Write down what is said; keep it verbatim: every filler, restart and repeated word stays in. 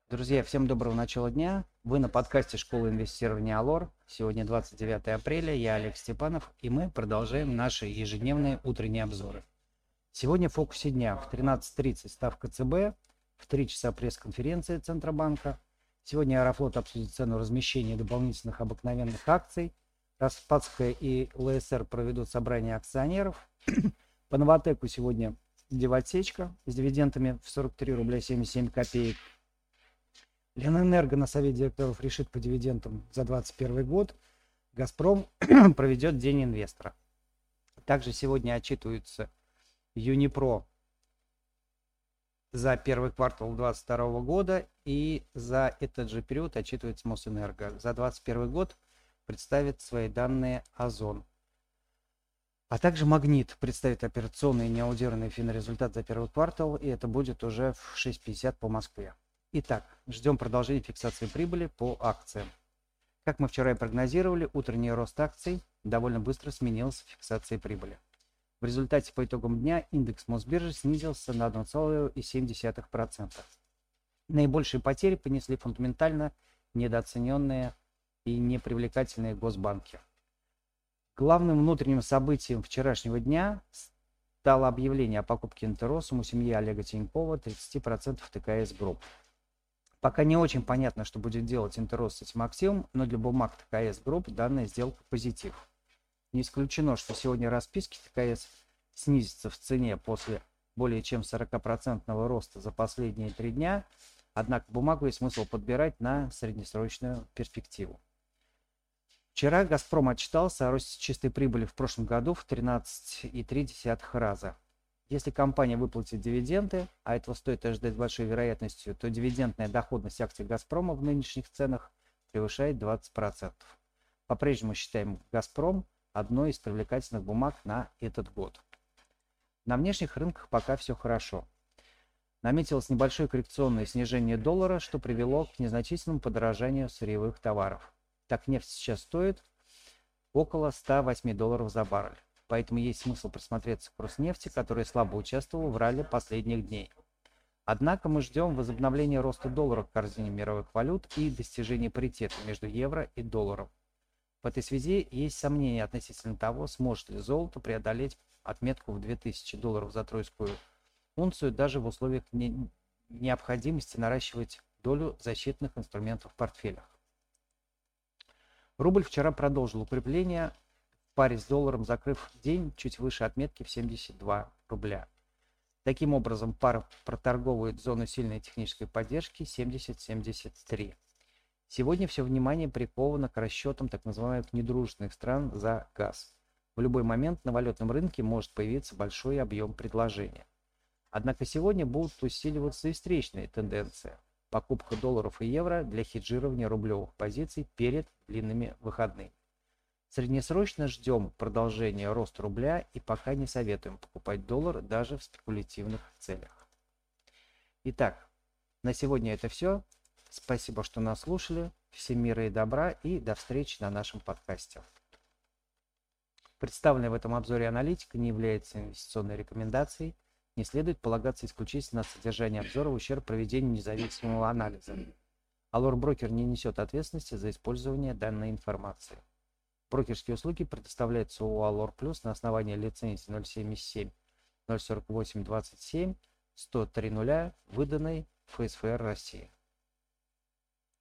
Друзья, всем доброго начала дня. Вы на подкасте «Школа инвестирования Алор». Сегодня двадцать девятое апреля, я Олег Степанов, и мы продолжаем наши ежедневные утренние обзоры. Сегодня в фокусе дня в тринадцать тридцать ставка ЦБ, в три часа пресс-конференция Центробанка. Сегодня Аэрофлот обсудит цену размещения дополнительных обыкновенных акций. Распадская и ЛСР проведут собрание акционеров. По Новотеку сегодня девотсечка с дивидендами в сорок три рубля семьдесят семь копеек. Ленэнерго на совет директоров решит по дивидендам за двадцать первый год. Газпром проведет День инвестора. Также сегодня отчитываются Юнипро за первый квартал две тысячи двадцать второго года, и за этот же период отчитывается Мосэнерго. За двадцать первый год представит свои данные Озон. А также Магнит представит операционный неаудированный финрезультат за первый квартал, и это будет уже в шесть пятьдесят по Москве. Итак, ждем продолжения фиксации прибыли по акциям. Как мы вчера и прогнозировали, утренний рост акций довольно быстро сменился фиксацией прибыли. В результате по итогам дня индекс Мосбиржи снизился на одна целая семь десятых процента. Наибольшие потери понесли фундаментально недооцененные и непривлекательные госбанки. Главным внутренним событием вчерашнего дня стало объявление о покупке Интеросум у семьи Олега Тинькова тридцать процентов ТКС Групп. Пока не очень понятно, что будет делать Интерос с этим активом, но для бумаг ТКС Групп данная сделка позитив. Не исключено, что сегодня расписки ТКС снизятся в цене после более чем сорокапроцентного роста за последние три дня, однако бумагу есть смысл подбирать на среднесрочную перспективу. Вчера «Газпром» отчитался о росте чистой прибыли в прошлом году в тринадцать целых три десятых раза. Если компания выплатит дивиденды, а этого стоит ожидать с большой вероятностью, то дивидендная доходность акций «Газпрома» в нынешних ценах превышает двадцать процентов. По-прежнему считаем «Газпром» одной из привлекательных бумаг на этот год. На внешних рынках пока все хорошо. Наметилось небольшое коррекционное снижение доллара, что привело к незначительному подорожанию сырьевых товаров. Так нефть сейчас стоит около ста восьми долларов за баррель. Поэтому есть смысл присмотреться к Роснефти, которая слабо участвовала в ралли последних дней. Однако мы ждем возобновления роста доллара в корзине мировых валют и достижения паритета между евро и долларом. В этой связи есть сомнения относительно того, сможет ли золото преодолеть отметку в две тысячи долларов за тройскую унцию даже в условиях не необходимости наращивать долю защитных инструментов в портфелях. Рубль вчера продолжил укрепление в паре с долларом, закрыв день чуть выше отметки в семьдесят два рубля. Таким образом, пара проторговывает зону сильной технической поддержки семьдесят семьдесят три. Сегодня все внимание приковано к расчетам так называемых недружественных стран за газ. В любой момент на валютном рынке может появиться большой объем предложения. Однако сегодня будут усиливаться и встречные тенденции. Покупка долларов и евро для хеджирования рублевых позиций перед длинными выходными. Среднесрочно ждем продолжения роста рубля и пока не советуем покупать доллар даже в спекулятивных целях. Итак, на сегодня это все. Спасибо, что нас слушали. Всем мира и добра, и до встречи на нашем подкасте. Представленная в этом обзоре аналитика не является инвестиционной рекомендацией. Не следует полагаться исключительно на содержание обзора в ущерб проведению независимого анализа. Алор Брокер не несет ответственности за использование данной информации. Брокерские услуги предоставляются у Алор Плюс на основании лицензии ноль семьдесят семь ноль сорок восемь двадцать семь сто три нуля, выданной ФСФР России.